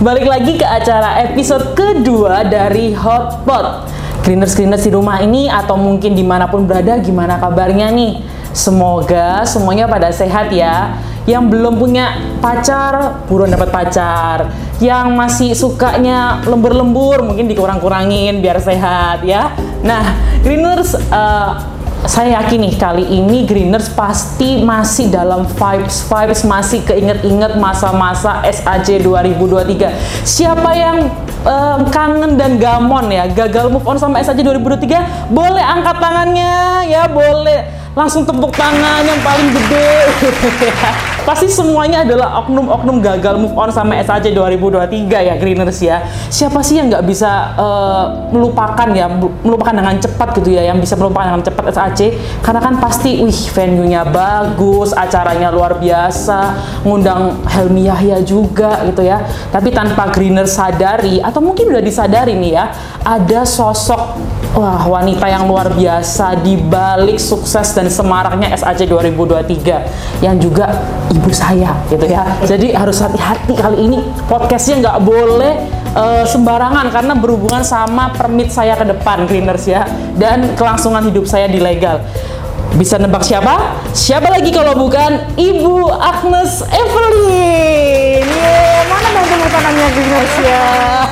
Balik lagi ke acara episode kedua dari Hotpot. Greeners di rumah ini atau mungkin dimanapun berada, gimana kabarnya nih? Semoga semuanya pada sehat ya. Yang belum punya pacar, buruan dapat pacar. Yang masih sukanya lembur-lembur, mungkin dikurang-kurangin biar sehat ya. Nah, Greeners, saya yakin nih kali ini Greeners pasti masih dalam vibes masih keinget-inget masa-masa SAJ 2023. Siapa yang kangen dan gamon ya, gagal move on sama SAJ 2023, boleh angkat tangannya ya, boleh langsung tepuk tangan yang paling gede. Pasti semuanya adalah oknum-oknum gagal move on sama SAJ 2023 ya, Greeners ya. Siapa sih yang nggak bisa melupakan dengan cepat gitu ya, yang bisa melupakan dengan cepat SAJ, karena kan pasti venue-nya bagus, acaranya luar biasa, ngundang Helmi Yahya juga gitu ya. Tapi tanpa Greeners sadari, atau mungkin udah disadari nih ya, ada sosok wanita yang luar biasa di balik sukses dan semaraknya SAJ 2023 yang juga ibu saya gitu ya. Jadi harus hati-hati kali ini podcastnya nggak boleh sembarangan karena berhubungan sama permit saya ke depan, Greeners ya, dan kelangsungan hidup saya di legal. Bisa nebak siapa? Siapa lagi kalau bukan Ibu Agnes Evelyn? Mana mau tepuk tangannya, Greeners ya?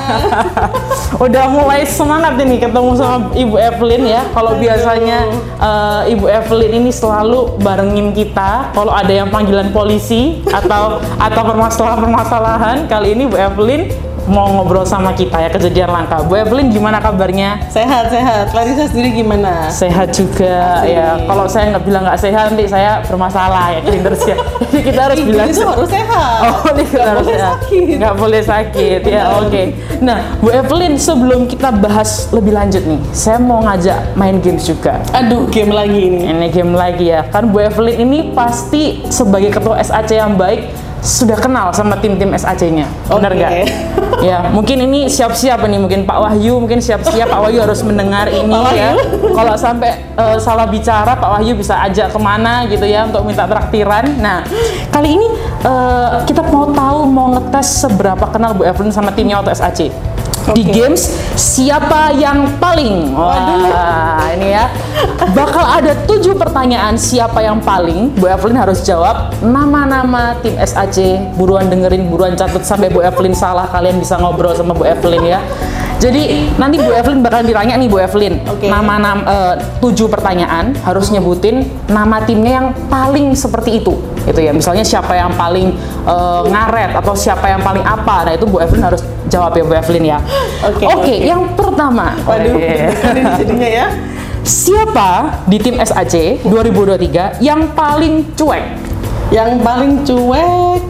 Udah mulai semangat ini ketemu sama Ibu Evelyn ya. Kalau biasanya Ibu Evelyn ini selalu barengin kita kalau ada yang panggilan polisi atau permasalahan. Kali ini Bu Evelyn mau ngobrol sama kita ya, kejadian langka. Bu Evelyn, gimana kabarnya? Sehat. Clarissa sendiri gimana? Sehat juga. Asik. Ya. Kalau saya nggak bilang nggak sehat, nanti saya bermasalah ya, Greeners ya. Jadi kita harus bilang itu harus sehat. Oh, kita harus sehat. Nggak boleh sakit ya. Oke. Nah, Bu Evelyn, sebelum kita bahas lebih lanjut nih, saya mau ngajak main games juga. Aduh, game lagi ini. Ini game lagi ya. Kan Bu Evelyn ini pasti sebagai ketua SAC yang baik sudah kenal sama tim-tim SAC-nya, benar nggak? Ya, mungkin ini siap-siap nih, mungkin Pak Wahyu, Pak Wahyu harus mendengar ini ya. Kalau sampai salah bicara, Pak Wahyu bisa ajak kemana gitu ya untuk minta traktiran. Nah, kali ini kita mau ngetes seberapa kenal Bu Evelyn sama timnya waktu SAC. Di games siapa yang paling? Wah, ini ya. Bakal ada 7 pertanyaan siapa yang paling. Bu Evelyn harus jawab nama-nama tim SAC. Buruan dengerin, buruan catat sampai Bu Evelyn salah, kalian bisa ngobrol sama Bu Evelyn ya. Jadi nanti Bu Evelyn bakal ditanya nih, Bu Evelyn, nama 7 pertanyaan, harus nyebutin nama timnya yang paling seperti itu ya. Misalnya siapa yang paling ngaret atau siapa yang paling apa. Nah, itu Bu Evelyn harus jawab ya, Bu Evelyn ya. Oke. Yang pertama. Waduh, jadinya ya. Siapa di tim SAC 2023 yang paling cuek? Yang paling cuek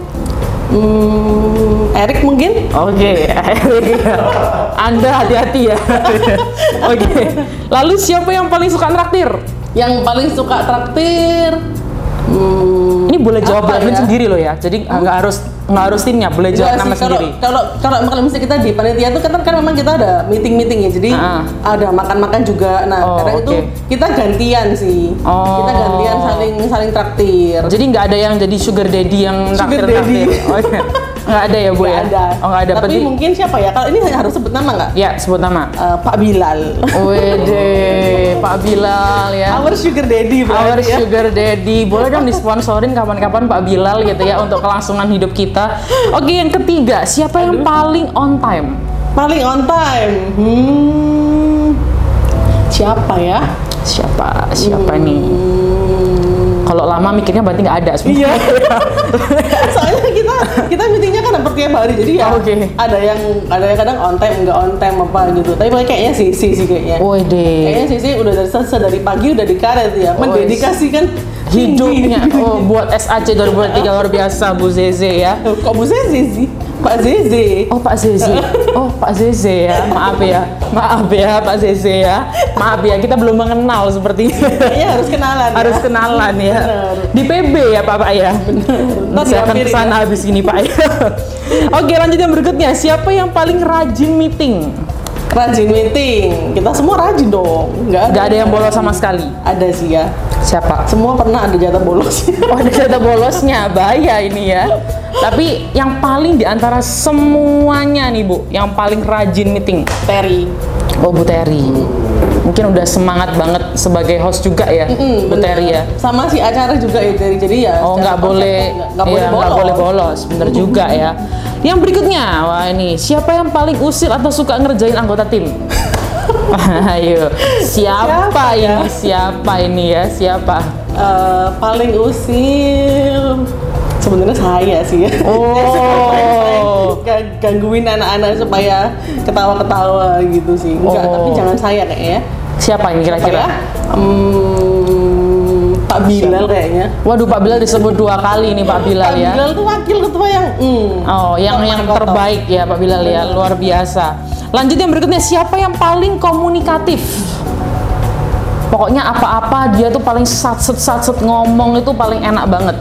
Erik mungkin? Oke, Erik. Anda hati-hati ya. Oke. Lalu siapa yang paling suka traktir? Yang paling suka traktir ini boleh jawab Bu Evelyn sendiri loh ya. Jadi nggak harus timnya, boleh jawab nama sendiri. Kalau misalnya kita di panitia itu kan memang kita ada meeting ya. Jadi ada makan-makan juga. Nah, kadang itu kita gantian sih. Kita gantian saling traktir. Jadi nggak ada yang jadi sugar daddy yang traktir. Oh, iya. Nggak ada ya, Bu ya? Ada. Oh, nggak ada. Tapi mungkin siapa ya? Kalau ini harus sebut nama nggak? Ya, sebut nama. Pak Bilal. Wede, Pak Bilal ya. Our sugar daddy. Our sugar daddy. Boleh dong disponsorin kapan-kapan Pak Bilal gitu ya untuk kelangsungan hidup kita. Oke, yang ketiga, siapa yang paling on time? Paling on time? Siapa ya? Siapa nih? Kalau lama mikirnya berarti nggak ada sebenarnya. Iya. Soalnya kita meetingnya kan hampir tiap hari, jadi ya ada yang kadang on time, nggak on time apa gitu. Tapi kayaknya Sisi sih kayaknya. Kayaknya Sisi udah dari pagi udah di karet ya, mendedikasikan hidupnya buat SAC 2023 luar biasa, Bu Zeze ya. Kok Bu Zeze sih? Pak Zeze. Pak Zeze ya. Maaf ya Pak Zeze ya. Maaf ya, kita belum mengenal seperti itu. Iya, harus kenalan ya. Di PB ya Pak ya. Saya akan kesana habis ini Pak ya. Oke, lanjut yang berikutnya. Siapa yang paling rajin meeting? Rajin meeting, kita semua rajin dong. Nggak ada yang bolos sama sekali. Ada sih ya. Siapa? Semua pernah ada jatah bolos. Oh, ada jatah bolosnya, bahaya ini ya. Tapi yang paling diantara semuanya nih Bu, yang paling rajin meeting? Terry. Oh, Bu Terry. Mungkin udah semangat banget sebagai host juga ya, Bu Terry ya. Sama si acara juga ya Terry, jadi ya. Oh, nggak boleh bolos, bener juga ya. Yang berikutnya, wah ini siapa yang paling usil atau suka ngerjain anggota tim? Ayo, siapa ini? Siapa ini ya? Siapa? Paling usil sebenarnya saya sih ya. Oh. Gangguin anak-anak supaya ketawa-ketawa gitu sih. Enggak, tapi jangan saya kayaknya. Siapa ini kira-kira? Pak Bilal kayaknya. Waduh, Pak Bilal disebut 2 kali nih Pak Bilal ya. Pak Bilal tuh wakil ketua yang yang terbaik ya Pak Bilal ya, luar biasa. Lanjut yang berikutnya, siapa yang paling komunikatif? Pokoknya apa-apa dia tuh paling satset ngomong itu paling enak banget.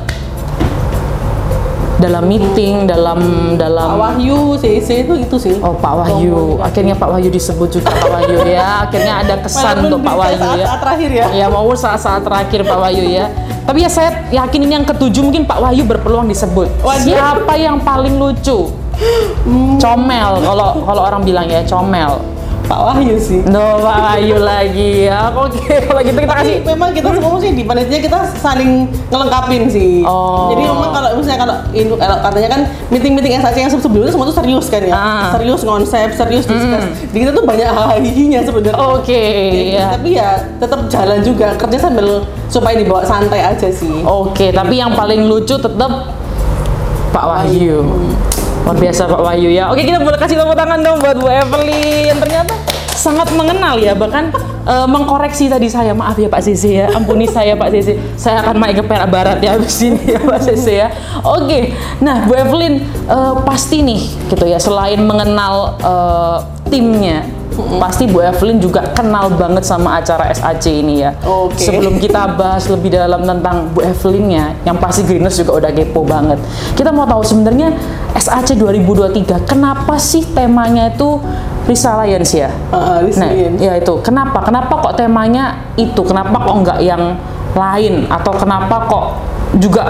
Dalam meeting, dalam Pak Wahyu, CC itu sih. Oh, Pak Wahyu. Akhirnya Pak Wahyu disebut juga Pak Wahyu ya. Akhirnya ada kesan untuk Pak Wahyu ya. Saat terakhir ya. Ya, mau saat terakhir Pak Wahyu ya. Tapi ya saya yakin ini yang ke-7 mungkin Pak Wahyu berpeluang disebut. Siapa yang paling lucu? Comel, kalau orang bilang ya, comel. Pak Wahyu sih. No, Pak Wahyu lagi ya. Oke, kalau gitu kita kasih. Memang kita semua sih di panitia kita saling ngelengkapin sih. Oh. Jadi memang kalau misalnya kalau katanya kan meeting SAC yang sebelumnya semua tuh serius kan ya. Serius konsep, serius discuss. Di kita tuh banyak hahihinya sebenarnya. Oke. Ya. Tapi ya tetap jalan juga, kerja sambil supaya dibawa santai aja sih. Oke, tapi yang paling lucu tetap Pak Wahyu. Luar biasa Pak Wahyu ya. Oke, kita boleh kasih tepuk tangan dong buat Bu Evelyn. Ternyata sangat mengenal ya, bahkan mengkoreksi tadi saya. Maaf ya Pak Sisi ya, ampuni saya Pak Sisi. Saya akan main ke Perak Barat ya habis ini ya Pak Sisi ya. Oke, nah Bu Evelyn pasti nih gitu ya, selain mengenal timnya, pasti Bu Evelyn juga kenal banget sama acara SAC ini ya. Sebelum kita bahas lebih dalam tentang Bu Evelynnya, yang pasti Greeners juga udah kepo banget. Kita mau tahu sebenarnya SAC 2023 kenapa sih temanya itu Resilience ya? Resilience. Nah, ya itu. Kenapa kok temanya itu? Kenapa kok enggak yang lain? Atau kenapa kok juga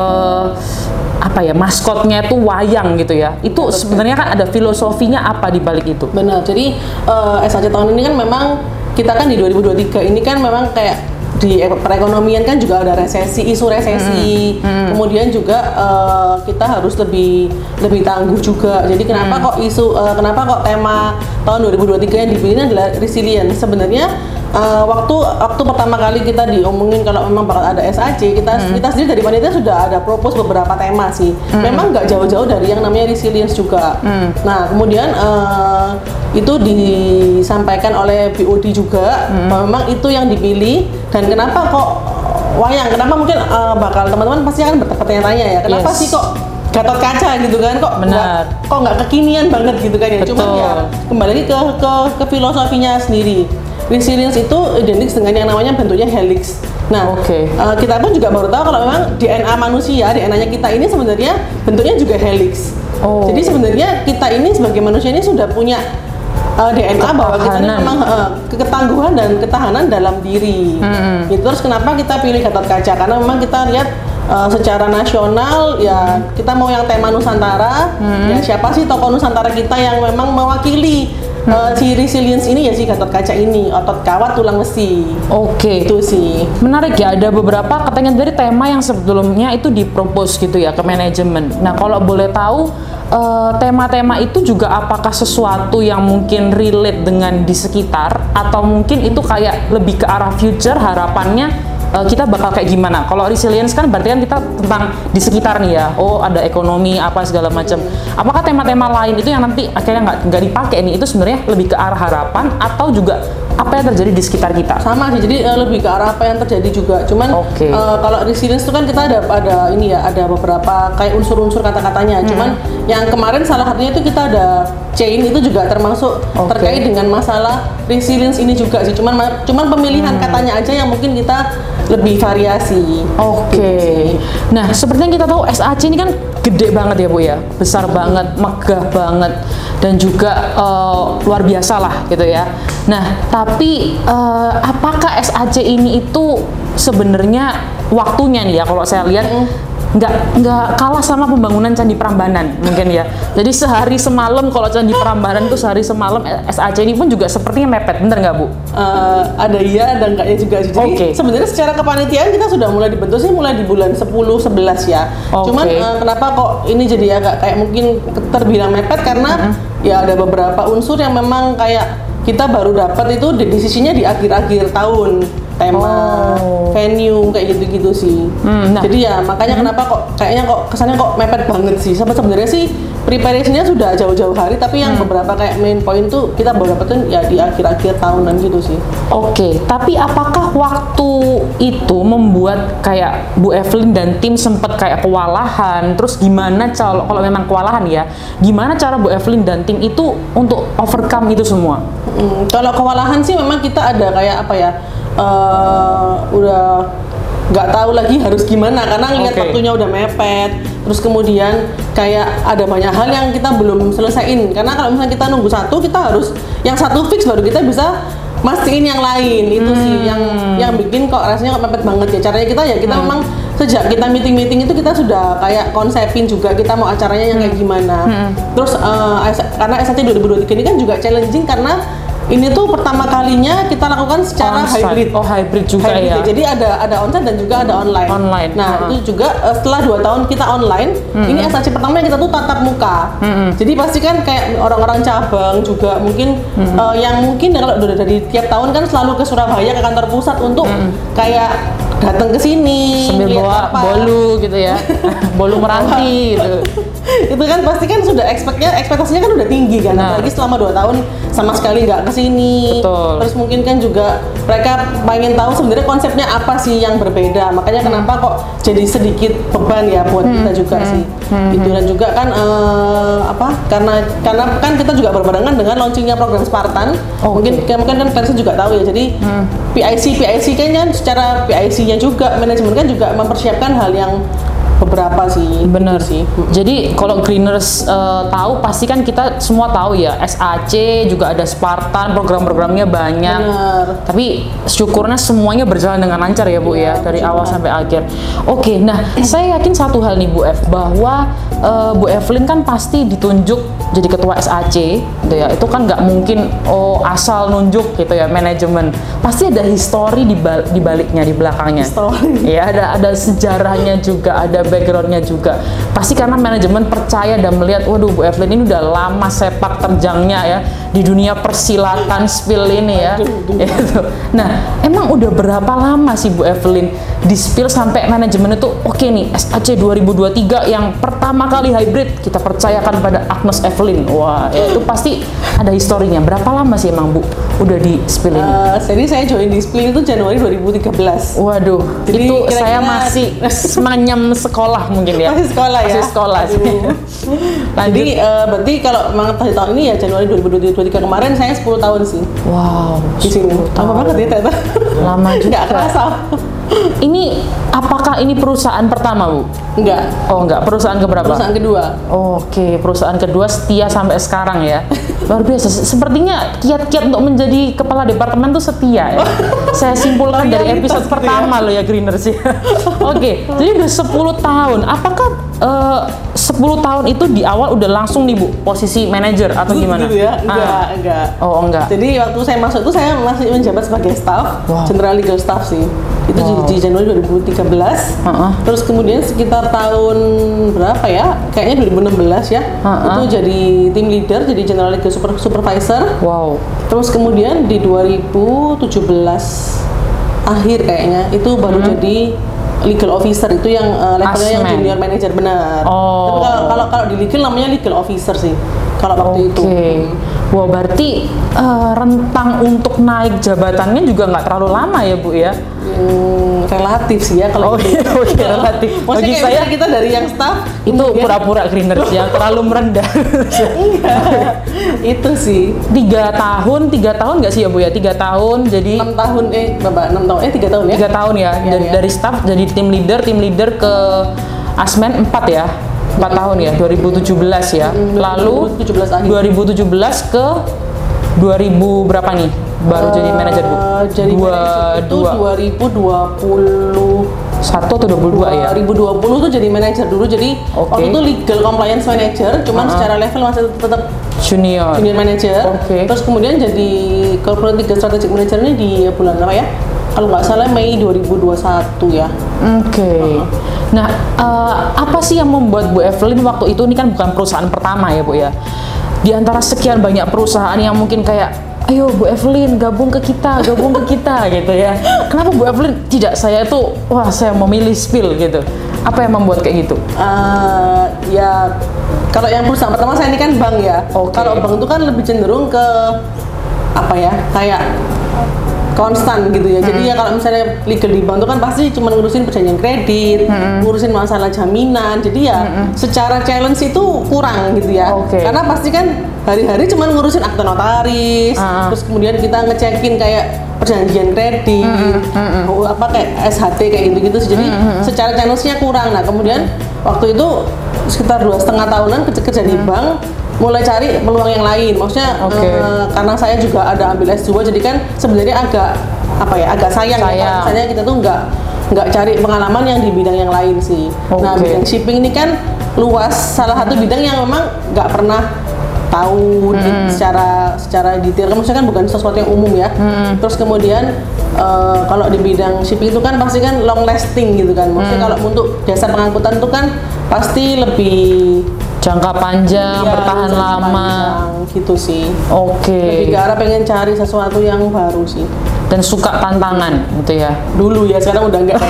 maskotnya itu wayang gitu ya? Itu sebenarnya kan ada filosofinya apa di balik itu? Benar. Jadi SAC tahun ini kan memang kita kan di 2023 ini kan memang kayak di perekonomian kan juga ada isu resesi. Kemudian juga kita harus lebih tangguh juga. Jadi kenapa kok tema tahun 2023 yang dipilih adalah resilience? Sebenarnya waktu pertama kali kita diomongin kalau memang bakal ada SAC, kita sendiri dari panitia sudah ada propose beberapa tema sih. Memang nggak jauh-jauh dari yang namanya resilience juga. Nah, kemudian itu disampaikan oleh BOD juga bahwa memang itu yang dipilih. Dan kenapa kok wayang? Kenapa mungkin bakal teman-teman pasti akan bertanya-tanya ya, kenapa sih kok Gatot Kaca gitu kan, kok nggak kekinian banget gitu kan ya? Cuman ya kembali lagi ke filosofinya sendiri. Resilience itu identik dengan yang namanya bentuknya helix. Nah, kita pun juga baru tahu kalau memang DNA manusia, DNA-nya kita ini sebenarnya bentuknya juga helix. Jadi sebenarnya kita ini sebagai manusia ini sudah punya DNA bahwa kita ini memang ketangguhan dan ketahanan dalam diri. Terus kenapa kita pilih Gatot Kaca? Karena memang kita lihat secara nasional ya kita mau yang tema Nusantara, ya siapa sih tokoh Nusantara kita yang memang mewakili si resilience ini ya si Gatot Kaca ini, otot kawat tulang besi. Itu sih menarik ya, ada beberapa katanya dari tema yang sebelumnya itu dipropose gitu ya ke manajemen. Nah, kalau boleh tahu tema-tema itu juga apakah sesuatu yang mungkin relate dengan di sekitar, atau mungkin itu kayak lebih ke arah future harapannya kita bakal kayak gimana? Kalau resilience kan berarti kan kita tentang di sekitar nih ya. Ada ekonomi apa segala macam. Apakah tema-tema lain itu yang nanti akhirnya nggak dipakai nih? Itu sebenarnya lebih ke arah harapan atau juga apa yang terjadi di sekitar kita? Sama sih. Jadi lebih ke arah apa yang terjadi juga. Cuman kalau resilience itu kan kita ada beberapa kayak unsur-unsur kata-katanya. Cuman yang kemarin salah satunya itu kita ada chain, itu juga termasuk terkait dengan masalah resilience ini juga sih. Cuman pemilihan katanya aja yang mungkin kita lebih variasi. Oke. Nah, seperti yang kita tahu SAC ini kan gede banget ya Bu ya, besar banget, megah banget, dan juga luar biasa lah gitu ya. Nah, tapi apakah SAC ini itu sebenarnya waktunya nih ya, kalau saya lihat nggak kalah sama pembangunan Candi Prambanan mungkin ya. Jadi sehari semalam, kalau Candi Prambanan itu sehari semalam, SAC ini pun juga sepertinya mepet, bener nggak Bu? Ada iya, ada enggaknya juga sih. Jadi sebenarnya secara kepanitiaan kita sudah mulai dibentuk sih mulai di bulan 10-11 ya. Cuman kenapa kok ini jadi agak kayak mungkin terbilang mepet karena ya ada beberapa unsur yang memang kayak kita baru dapat itu decision-nya di akhir-akhir tahun. Tema, venue, kayak gitu-gitu sih. Jadi ya makanya kenapa kok kayaknya kok kesannya kok mepet banget sih. Sebenarnya sih preparation-nya sudah jauh-jauh hari, tapi yang beberapa kayak main point tuh kita baru dapetin ya di akhir-akhir tahunan gitu sih. Oke, tapi apakah waktu itu membuat kayak Bu Evelyn dan tim sempat kayak kewalahan? Terus gimana kalau memang kewalahan ya, gimana cara Bu Evelyn dan tim itu untuk overcome itu semua? Kalau kewalahan sih memang kita ada kayak apa ya, udah nggak tahu lagi harus gimana karena ngeliat waktunya udah mepet. Terus kemudian kayak ada banyak hal yang kita belum selesaiin karena kalau misalnya kita nunggu satu, kita harus yang satu fix baru kita bisa mastiin yang lain. Itu sih yang bikin kok rasanya kok mepet banget ya. Caranya kita ya kita memang sejak kita meeting itu kita sudah kayak konsepin juga kita mau acaranya yang kayak gimana. Terus karena SAC 2023 ini kan juga challenging karena ini tuh pertama kalinya kita lakukan secara hybrid. Hybrid juga hybrid, ya. Jadi ada onsite dan juga ada online. Nah, itu juga setelah 2 tahun kita online, ini SAC pertama yang kita tuh tatap muka. Jadi pasti kan kayak orang-orang cabang juga mungkin yang mungkin kalau udah dari tiap tahun kan selalu ke Surabaya ke kantor pusat untuk kayak datang ke sini sambil bawa bolu gitu ya. Bolu meranti gitu. Itu kan pasti kan sudah ekspektasinya kan udah tinggi kan, apalagi selama 2 tahun sama sekali nggak kesini. Terus mungkin kan juga mereka pengen tahu sebenarnya konsepnya apa sih yang berbeda, makanya kenapa kok jadi sedikit beban ya buat kita juga sih. Itu dan juga kan karena kan kita juga berbarengan dengan launchingnya program Spartan. Mungkin kan fans juga tahu ya, jadi PIC kayaknya secara PIC-nya juga manajemen kan juga mempersiapkan hal yang beberapa sih. Bener sih. Jadi kalau Greeners tahu pasti kan kita semua tahu ya, SAC juga ada Spartan, program-programnya banyak. Bener. Tapi syukurnya semuanya berjalan dengan lancar ya Bu ya, dari awal sampai akhir. Oke, nah saya yakin satu hal nih Bu F, bahwa Bu Evelyn kan pasti ditunjuk jadi ketua SAC gitu ya. Itu kan nggak mungkin asal nunjuk gitu ya manajemen. Pasti ada histori di baliknya, di belakangnya. Ya, ada sejarahnya juga, ada backgroundnya juga. Pasti karena manajemen percaya dan melihat, waduh Bu Evelyn ini udah lama sepak terjangnya ya di dunia persilatan spill ini ya. Nah, emang udah berapa lama sih Bu Evelyn di spill sampai manajemen itu oke nih SAC 2023 yang pertama kali hybrid kita percayakan pada Agnes Evelyn. Wah, ya, itu pasti ada historinya. Berapa lama sih emang Bu udah di spill ini? Jadi saya join di spill itu Januari 2013. Waduh, jadi itu saya masih menyem sekolah mungkin ya. Masih sekolah ya. Masih sekolah sih. Jadi berarti kalau tahun ini ya Januari 2023 kemarin saya 10 tahun sih. Wow. Di sini. Lama banget ya ternyata. Lama juga. Nggak kerasa. Ini apakah ini perusahaan pertama Bu? Enggak. Oh enggak, perusahaan keberapa? Perusahaan kedua. Oke, perusahaan kedua setia sampai sekarang ya. Luar biasa. Sepertinya kiat-kiat untuk menjadi kepala departemen tuh setia ya. Saya simpulkan dari episode pertama loh ya Greeners ya. Oke, jadi udah 10 tahun. Apakah 10 tahun itu di awal udah langsung nih Bu posisi manajer atau gimana? Gitu ya? Enggak. Oh enggak. Jadi waktu saya masuk itu saya masih menjabat sebagai staff, general legal staff sih. Itu di Januari 2013. Terus kemudian sekitar tahun berapa ya? Kayaknya 2016 ya. Itu jadi team leader, jadi general legal supervisor. Wow. Terus kemudian di 2017 akhir kayaknya itu baru jadi legal officer, itu yang levelnya yang junior manager benar. Tapi kalau di legal namanya legal officer sih kalau waktu itu. Wah, berarti rentang untuk naik jabatannya juga nggak terlalu lama ya Bu ya? Relatif sih ya kalau relatif. Bagi saya kita dari yang staff itu pura-pura greeners yang terlalu merendah. Enggak, itu sih 3 tahun nggak sih ya Bu ya? 3 tahun jadi 6 tahun 6 tahun 3 tahun ya? 3 tahun ya, dari staff jadi tim leader ke Asmen 4 ya? 4 tahun ya, 2017 ya. Lalu 2017 ke 2000 berapa nih? Baru jadi manajer Bu? Jadi manajer itu 2021 atau 22 ya? 2020 tuh jadi manajer dulu, jadi waktu itu legal compliance manager, cuman secara level masih tetap junior manager. Terus kemudian jadi corporate legal strategic manager ini di bulan apa ya? Kalau nggak salah Mei 2021 ya. Nah, apa sih yang membuat Bu Evelyn waktu itu, ini kan bukan perusahaan pertama ya Bu ya? Di antara sekian banyak perusahaan yang mungkin kayak, ayo Bu Evelyn gabung ke kita gitu ya. Kenapa Bu Evelyn tidak, saya tuh, wah saya memilih spill gitu. Apa yang membuat kayak gitu? Ya, kalau yang perusahaan pertama saya ini kan bank ya. Kalau bank itu kan lebih cenderung ke apa ya, kayak konstan gitu ya. Jadi ya kalau misalnya legal di bank itu kan pasti cuma ngurusin perjanjian kredit, ngurusin masalah jaminan. Jadi ya secara challenge itu kurang gitu ya. Karena pasti kan hari-hari cuma ngurusin akte notaris, terus kemudian kita ngecekin kayak perjanjian kredit, apa kayak SHT kayak gitu-gitu. Jadi secara challenge-nya kurang. Nah, kemudian waktu itu sekitar 2,5 tahunan kerja di bank, mulai cari peluang yang lain. Maksudnya karena saya juga ada ambil S2, jadi kan sebenarnya agak sayang. Ya, misalnya kita tuh nggak cari pengalaman yang di bidang yang lain sih. Nah, bidang shipping ini kan luas, salah satu bidang yang memang nggak pernah tahu secara detail. Maksudnya kan bukan sesuatu yang umum ya. Terus kemudian kalau di bidang shipping itu kan pasti kan long lasting gitu kan. Maksudnya kalau untuk jasa pengangkutan itu kan pasti lebih jangka panjang, bertahan lama gitu sih. Lebih ke arah pengen cari sesuatu yang baru sih. Dan suka tantangan gitu ya. Dulu ya, sekarang udah enggak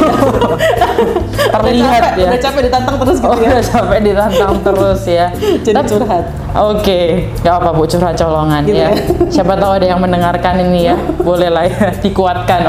terlihat ya. Udah capek ditantang terus gitu ya. Udah capek ditantang terus ya. Jadi curhat. Gak apa Bu, curhat colongan gitu ya. Siapa tahu ada yang mendengarkan ini ya. Boleh lah ya, dikuatkan.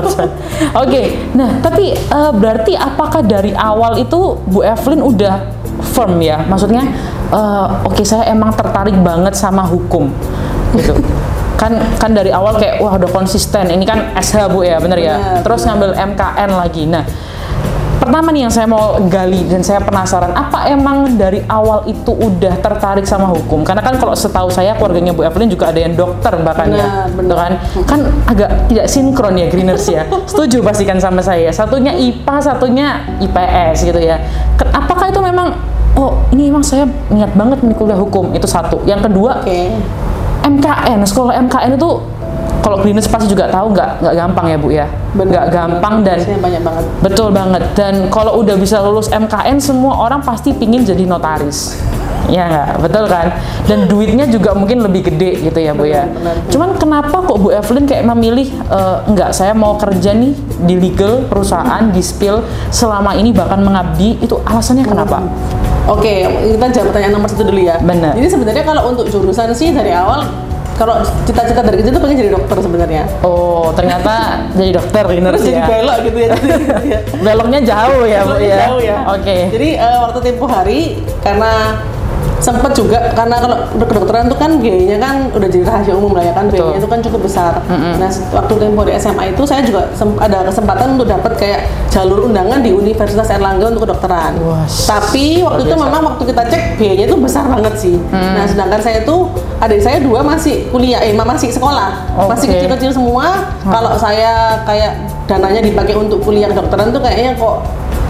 Nah, tapi berarti apakah dari awal itu Bu Evelyn udah firm ya? Maksudnya saya emang tertarik banget sama hukum gitu. kan dari awal kayak wah udah konsisten, ini kan SH Bu ya, bener ya? Terus ngambil MKN lagi. Nah, pertama nih yang saya mau gali dan saya penasaran, apa emang dari awal itu udah tertarik sama hukum? Karena kan kalau setahu saya keluarganya Bu Evelyn juga ada yang dokter bahkan ya, kan agak tidak sinkron ya Greeners ya. Setuju pasti kan sama saya, satunya IPA, satunya IPS gitu ya. Apakah itu memang, ini emang saya niat banget nih kuliah hukum, itu satu. Yang kedua, MKN, sekolah MKN itu kalau Greeners pasti juga tahu nggak gampang ya Bu ya, nggak gampang dan banyak banget. Betul banget. Dan kalau udah bisa lulus MKN, semua orang pasti pingin jadi notaris, ya nggak, betul kan? Dan duitnya juga mungkin lebih gede gitu ya Bu ya. Cuman kenapa kok Bu Evelyn kayak memilih nggak, saya mau kerja nih di legal perusahaan, di spill selama ini bahkan mengabdi, itu alasannya kenapa? Kita jawab pertanyaan nomor 1 dulu ya. Benar. Jadi sebenarnya kalau untuk jurusan sih dari awal, kalau cita-cita dari kecil tuh pengen jadi dokter sebenarnya. Ternyata jadi dokter ini terus jadi belok gitu ya. Beloknya jauh ya Bu ya. Jauh ya. Jadi waktu tempo hari, karena sempat juga, karena kalau kedokteran itu kan biayanya kan udah jadi rahasia umum lah ya kan, biayanya itu kan cukup besar. Nah, waktu tempo di SMA itu saya juga ada kesempatan untuk dapat kayak jalur undangan di Universitas Airlangga untuk kedokteran. Tapi waktu itu memang waktu kita cek biayanya itu besar banget sih. Nah, sedangkan saya itu adik saya 2 masih kuliah, masih sekolah, masih kecil-kecil semua. Kalau saya kayak dananya dipakai untuk kuliah kedokteran tuh kayaknya kok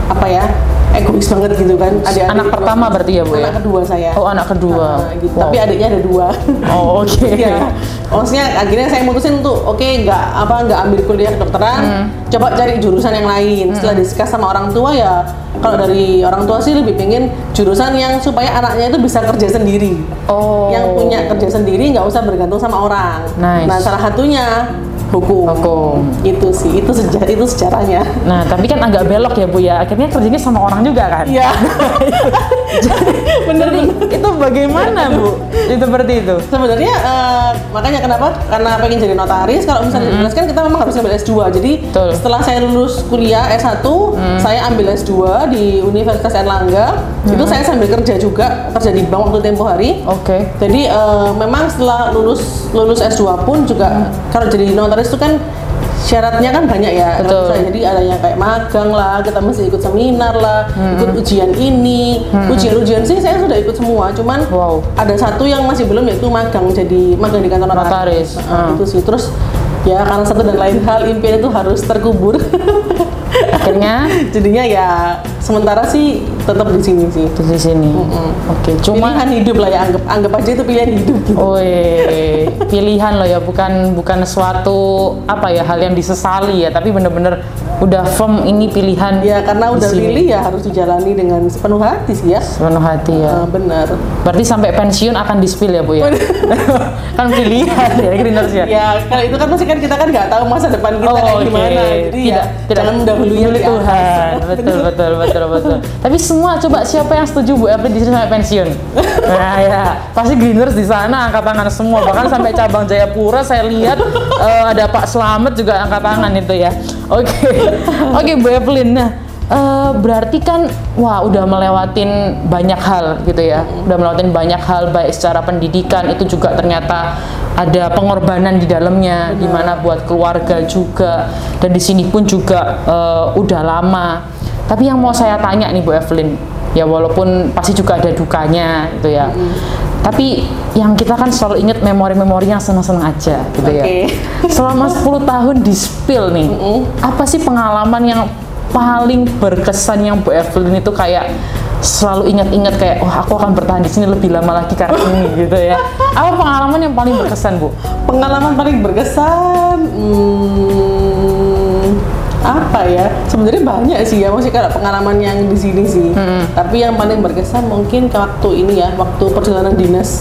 egois banget gitu kan. Anak pertama berarti ya Bu ya? Anak kedua saya. Anak kedua. Gitu. Tapi adiknya ada 2. Ya. Maksudnya akhirnya saya mutusin untuk nggak ambil kuliah kedokteran, coba cari jurusan yang lain. Setelah discuss sama orang tua ya, kalau dari orang tua sih lebih pengen jurusan yang supaya anaknya itu bisa kerja sendiri. Yang punya kerja sendiri, nggak usah bergantung sama orang. Nah, salah satunya hukum. Itu sih, itu sejarahnya. Nah, tapi kan agak belok ya Bu ya. Akhirnya kerjanya sama orang juga kan? Iya. Bener. Itu bagaimana Bu? Itu seperti itu. Sebenarnya makanya kenapa? Karena pengen jadi notaris. Kalau misalnya dijelaskan kita memang harus ambil S2. Jadi setelah saya lulus kuliah S1, saya ambil S2 di Universitas Airlangga. Itu saya sambil kerja juga, kerja di bank waktu tempo hari. Oke. Jadi memang setelah lulus S2 pun juga kalau jadi notaris itu kan syaratnya kan banyak ya. Jadi ada yang kayak magang lah, kita mesti ikut seminar lah, ikut ujian ini, ujian sih saya sudah ikut semua. Cuman ada satu yang masih belum, yaitu magang di kantor notaris. Itu sih. Terus ya karena satu dan lain hal impian itu harus terkubur. Akhirnya jadinya ya sementara sih tetap di sini sih. Di sini. Oke, cuma pilihan hidup lah ya, anggap aja itu pilihan hidup gitu. Pilihan loh ya, bukan suatu apa ya, hal yang disesali ya, tapi bener-bener udah firm ini pilihan. Ya karena udah pilih ya harus dijalani dengan sepenuh hati sih ya. Sepenuh hati ya. Benar. Berarti sampai pensiun akan di-spill ya Bu ya. Kan pilihan ya Greeners ya. Ya kalau itu kan pasti kan kita kan nggak tahu masa depan kita kayak gimana. Jadi tidak jangan mendahului Tuhan. Betul. Tapi semua coba siapa yang setuju Bu Evelyn di sini sampai pensiun? Nah ya, pasti Greeners di sana angkat tangan semua. Bahkan sampai cabang Jayapura saya lihat ada Pak Slamet juga angkat tangan itu ya. Oke Bu Evelyn. Nah, berarti kan udah melewatin banyak hal gitu ya. Udah melewatin banyak hal baik secara pendidikan, itu juga ternyata ada pengorbanan di dalamnya, dimana buat keluarga juga. Dan di sini pun juga udah lama. Tapi yang mau saya tanya nih Bu Evelyn, ya walaupun pasti juga ada dukanya gitu ya. Tapi yang kita kan selalu ingat memori-memori yang senang-senang aja gitu ya. Selama 10 tahun di spill nih, apa sih pengalaman yang paling berkesan yang Bu Evelyn itu kayak selalu ingat-ingat kayak aku akan bertahan di sini lebih lama lagi karena ini gitu ya. Apa pengalaman yang paling berkesan Bu? Pengalaman paling berkesan apa ya? Sebenarnya banyak sih ya, maksudnya kalau pengalaman yang di sini sih. Tapi yang paling berkesan mungkin waktu ini ya, waktu perjalanan dinas.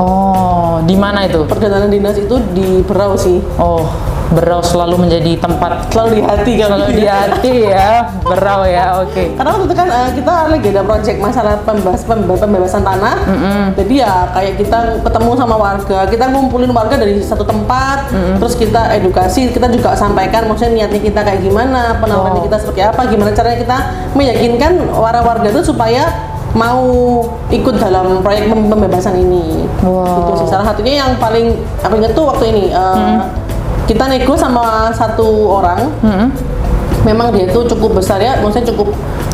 Di mana itu? Perjalanan dinas itu di Berau sih. Berau selalu menjadi tempat selalu di hati kan? Selalu di hati ya, Berau ya, Karena waktu itu kan kita lagi ada project masalah pembebasan tanah. Jadi ya kayak kita ketemu sama warga, kita ngumpulin warga dari satu tempat, terus kita edukasi, kita juga sampaikan maksudnya niatnya kita kayak gimana, penawaran kita seperti apa, gimana caranya kita meyakinkan warga itu supaya mau ikut dalam proyek pembebasan ini. Itu sih salah satunya yang paling aku ingat tuh waktu ini. Kita nego sama satu orang, memang dia tuh cukup besar ya, maksudnya cukup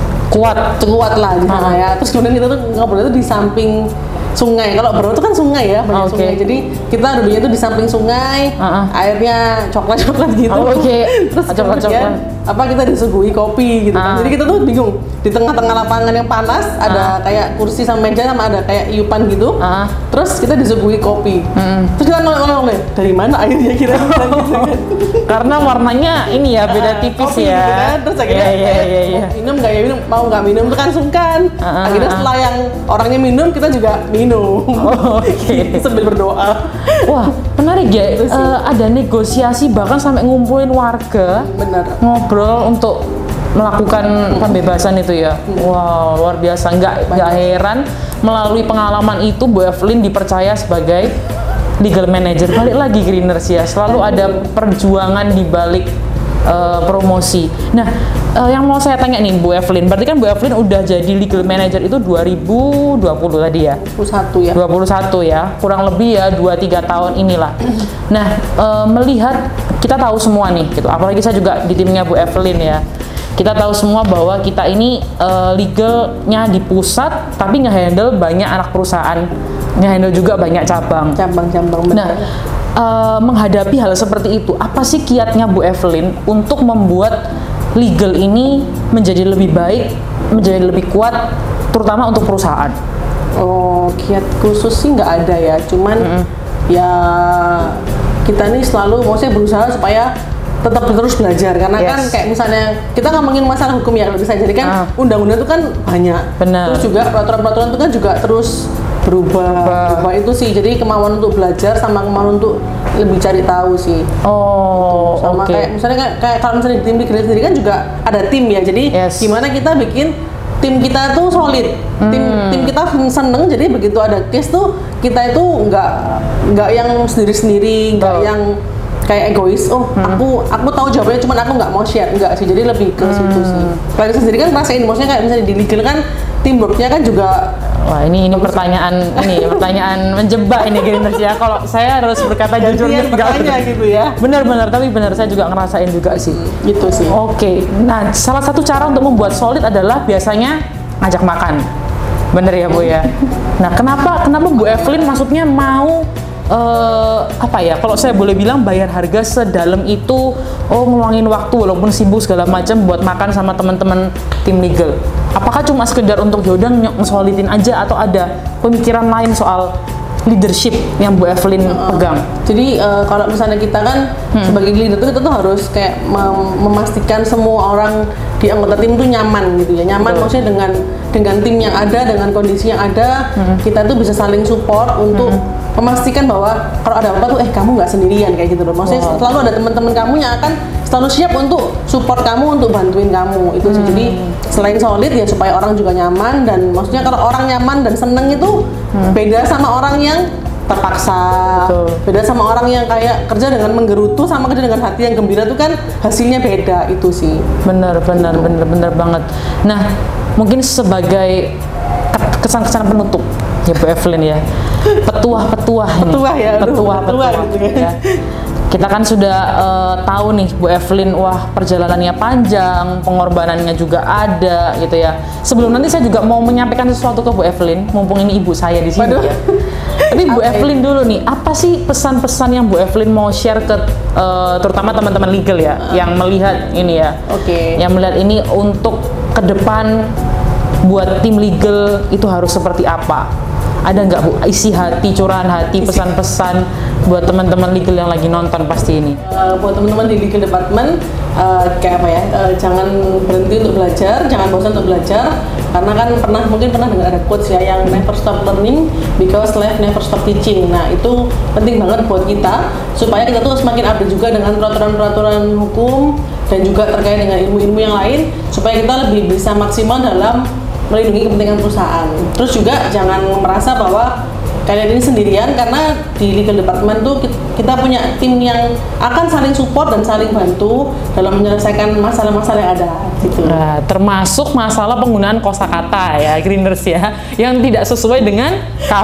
kuat lah di sana ya. Terus kemudian kita tuh ngobrol itu di samping sungai. Kalau Berau itu kan sungai ya, banyak sungai. Jadi kita duduknya tuh di samping sungai, airnya coklat gitu. Terus kemudian kita disuguhi kopi gitu kan. Jadi kita tuh bingung, di tengah-tengah lapangan yang panas ada kayak kursi sama meja sama ada kayak iupan gitu. Terus kita disuguhi kopi. Terus kita ngomong dari mana airnya kira-kira gitu kan. Karena warnanya ini ya beda tipis ya. Gitu kan. Terus akhirnya minum nggak ya, mau nggak minum itu kan sungkan. Akhirnya setelah yang orangnya minum, kita juga minum. Sambil berdoa. Wah, menarik ya. Ada negosiasi bahkan sampai ngumpulin warga. Benar. Ngobrol untuk melakukan pembebasan itu ya. Wow, luar biasa. Nggak heran melalui pengalaman itu Bu Evelyn dipercaya sebagai legal manager. Balik lagi Greeners ya, selalu ada perjuangan di balik promosi. Nah, yang mau saya tanya nih Bu Evelyn, berarti kan Bu Evelyn udah jadi legal manager itu 2020 tadi ya? 21 ya. 21 ya, kurang lebih ya 2-3 tahun inilah. Nah, melihat kita tahu semua nih gitu, apalagi saya juga di timnya Bu Evelyn ya. Kita tahu semua bahwa kita ini legalnya di pusat, tapi nge-handle banyak anak perusahaan, nge-handle juga banyak cabang-cabang. Nah, menghadapi hal seperti itu, apa sih kiatnya Bu Evelyn untuk membuat legal ini menjadi lebih baik, menjadi lebih kuat, terutama untuk perusahaan? Kiat khusus sih nggak ada ya, cuman ya kita nih selalu maksudnya berusaha supaya tetap terus belajar, karena kan kayak misalnya kita ngomongin masalah hukum ya bisa jadi kan undang-undang itu kan banyak. Benar. Terus juga peraturan-peraturan itu kan juga terus berubah itu sih. Jadi kemauan untuk belajar sama kemauan untuk lebih cari tahu sih. Oh, gitu. Sama kayak misalnya kayak kalau misalnya di tim Legal sendiri kan juga ada tim ya. Jadi gimana kita bikin tim kita tuh solid, tim kita seneng, jadi begitu ada case tuh kita itu nggak yang sendiri-sendiri, nggak yang kayak egois. Aku tahu jawabannya, cuman aku nggak mau share, nggak sih. Jadi lebih ke situ sih. Kalau sendiri kan ngerasain, maksudnya kayak misalnya di legal kan teamworknya kan juga. Wah, ini pertanyaan menjebak ini Greeners ya. Kalau saya harus berkata jujur gitu ya. Benar, tapi benar saya juga ngerasain juga sih. Gitu sih. Oke. Nah, salah satu cara untuk membuat solid adalah biasanya ngajak makan. Bener ya Bu ya. Nah, kenapa Bu Evelyn maksudnya mau kalau saya boleh bilang bayar harga sedalam itu, ngeluangin waktu walaupun sibuk segala macam buat makan sama teman-teman tim legal. Apakah cuma sekedar untuk yaudah ngesolidin aja atau ada pemikiran lain soal leadership yang Bu Evelyn pegang? Jadi kalau misalnya kita kan sebagai leader tuh kita tuh harus kayak memastikan semua orang di anggota tim tuh nyaman gitu ya. Nyaman maksudnya dengan tim yang ada, dengan kondisi yang ada, kita tuh bisa saling support untuk memastikan bahwa kalau ada apa tuh kamu nggak sendirian kayak gitu loh. Maksudnya selalu ada teman-teman kamu yang akan selalu siap untuk support kamu, untuk bantuin kamu itu sih. Jadi selain solid ya supaya orang juga nyaman, dan maksudnya kalau orang nyaman dan seneng itu beda sama orang yang terpaksa. Beda sama orang yang kayak kerja dengan menggerutu sama kerja dengan hati yang gembira tuh kan hasilnya beda itu sih. Bener banget. Nah, mungkin sebagai kesan-kesan penutup ya Bu Evelyn ya, petuah gitu ya. Kita kan sudah tahu nih Bu Evelyn, wah perjalanannya panjang, pengorbanannya juga ada gitu ya. Sebelum nanti saya juga mau menyampaikan sesuatu ke Bu Evelyn, mumpung ini ibu saya di sini ya. Tapi Bu Evelyn dulu nih, apa sih pesan-pesan yang Bu Evelyn mau share ke terutama teman-teman legal ya, yang melihat ini ya, yang melihat ini untuk ke depan buat tim legal itu harus seperti apa? Ada nggak Bu isi hati, curahan hati, pesan-pesan buat teman-teman legal yang lagi nonton pasti ini? Buat teman-teman di legal department, kayak apa ya? Jangan berhenti untuk belajar, jangan bosan untuk belajar, karena kan mungkin pernah dengar ada quotes ya yang never stop learning because life never stop teaching. Nah itu penting banget buat kita supaya kita tuh semakin update juga dengan peraturan-peraturan hukum dan juga terkait dengan ilmu-ilmu yang lain, supaya kita lebih bisa maksimal dalam melindungi kepentingan perusahaan. Terus juga jangan merasa bahwa kalian ini sendirian, karena di legal department tuh kita punya tim yang akan saling support dan saling bantu dalam menyelesaikan masalah-masalah yang ada gitu. Nah, termasuk masalah penggunaan kosakata ya Greeners ya, yang tidak sesuai dengan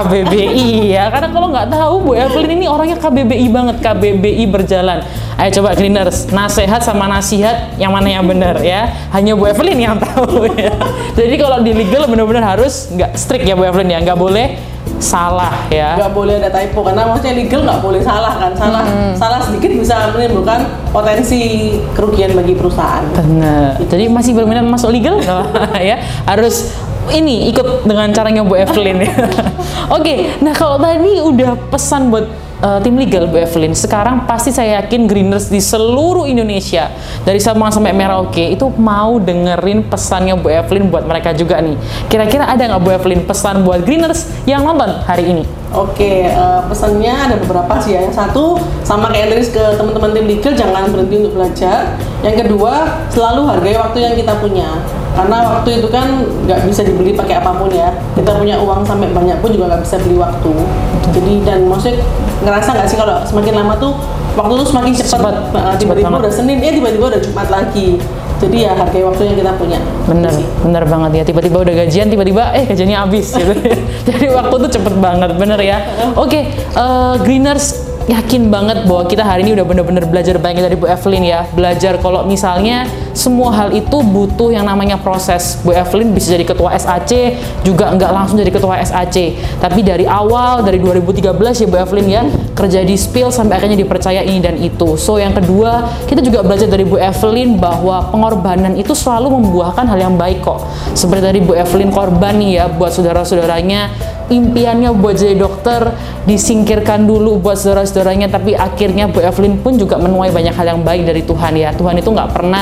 KBBI ya. Karena kalau nggak tahu Bu Evelyn ini orangnya KBBI banget, KBBI berjalan. Ayo coba Greeners, nasihat sama nasihat yang mana yang benar ya, hanya Bu Evelyn yang tahu ya. Jadi kalau di legal benar-benar harus nggak strict ya Bu Evelyn ya, nggak boleh salah ya, nggak boleh ada typo, karena maksudnya legal nggak boleh salah kan. Salah sedikit bisa menimbulkan potensi kerugian bagi perusahaan. Benar. Jadi masih berminat masuk legal ya, harus ini ikut dengan caranya Bu Evelyn ya. Oke, nah kalau tadi udah pesan buat tim legal Bu Evelyn, sekarang pasti saya yakin Greeners di seluruh Indonesia dari Sabang sampai Merauke itu mau dengerin pesannya Bu Evelyn buat mereka juga nih. Kira-kira ada nggak Bu Evelyn pesan buat Greeners yang nonton hari ini? Pesannya ada beberapa sih ya. Yang satu sama kayak tadi ke teman-teman tim legal, jangan berhenti untuk belajar. Yang kedua, selalu hargai waktu yang kita punya, karena waktu itu kan nggak bisa dibeli pakai apapun ya. Kita punya uang sampai banyak pun juga nggak bisa beli waktu. Jadi dan maksudnya ngerasa nggak sih kalau semakin lama tuh waktu tuh semakin cepat. Tiba-tiba udah Senin, tiba-tiba udah Jumat lagi. Jadi ya hargai waktu yang kita punya. Bener banget ya. Tiba-tiba udah gajian, tiba-tiba gajiannya habis gitu. Jadi waktu tuh cepet banget, bener ya. Oke, Greeners yakin banget bahwa kita hari ini udah bener-bener belajar banyak dari Bu Evelyn ya. Belajar kalau misalnya semua hal itu butuh yang namanya proses. Bu Evelyn bisa jadi ketua SAC, juga nggak langsung jadi ketua SAC. Tapi dari awal, dari 2013 ya Bu Evelyn ya, kerja di Spill sampai akhirnya dipercaya ini dan itu. So yang kedua, kita juga belajar dari Bu Evelyn bahwa pengorbanan itu selalu membuahkan hal yang baik kok. Seperti tadi Bu Evelyn korban nih ya buat saudara-saudaranya, impiannya buat jadi dokter disingkirkan dulu buat saudara-saudaranya, tapi akhirnya Bu Evelyn pun juga menuai banyak hal yang baik dari Tuhan ya. Tuhan itu nggak pernah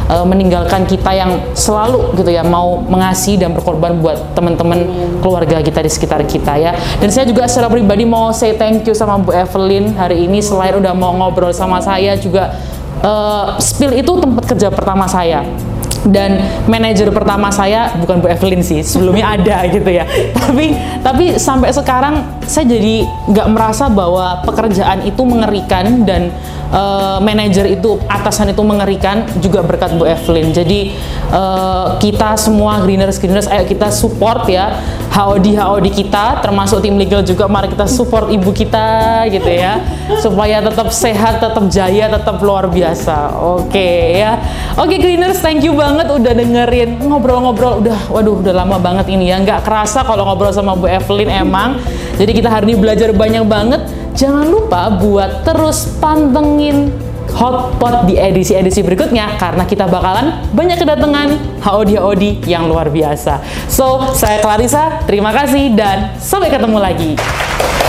meninggalkan kita yang selalu gitu ya mau mengasihi dan berkorban buat teman-teman keluarga kita di sekitar kita ya. Dan saya juga secara pribadi mau say thank you sama Bu Evelyn hari ini, selain udah mau ngobrol sama saya juga Spill itu tempat kerja pertama saya. Dan manajer pertama saya bukan Bu Evelyn sih, sebelumnya ada gitu ya. Tapi sampai sekarang saya jadi nggak merasa bahwa pekerjaan itu mengerikan dan manajer itu, atasan itu mengerikan, juga berkat Bu Evelyn. Jadi kita semua Greeners, ayo kita support ya HOD kita, termasuk tim legal juga, mari kita support ibu kita gitu ya, supaya tetap sehat, tetap jaya, tetap luar biasa. Oke ya. Oke Greeners, thank you banget udah dengerin ngobrol-ngobrol. Udah lama banget ini ya, nggak kerasa kalau ngobrol sama Bu Evelyn emang. Jadi kita hari ini belajar banyak banget. Jangan lupa buat terus pantengin Hotpot di edisi-edisi berikutnya, karena kita bakalan banyak kedatangan HOD yang luar biasa. So, saya Clarissa, terima kasih dan sampai ketemu lagi.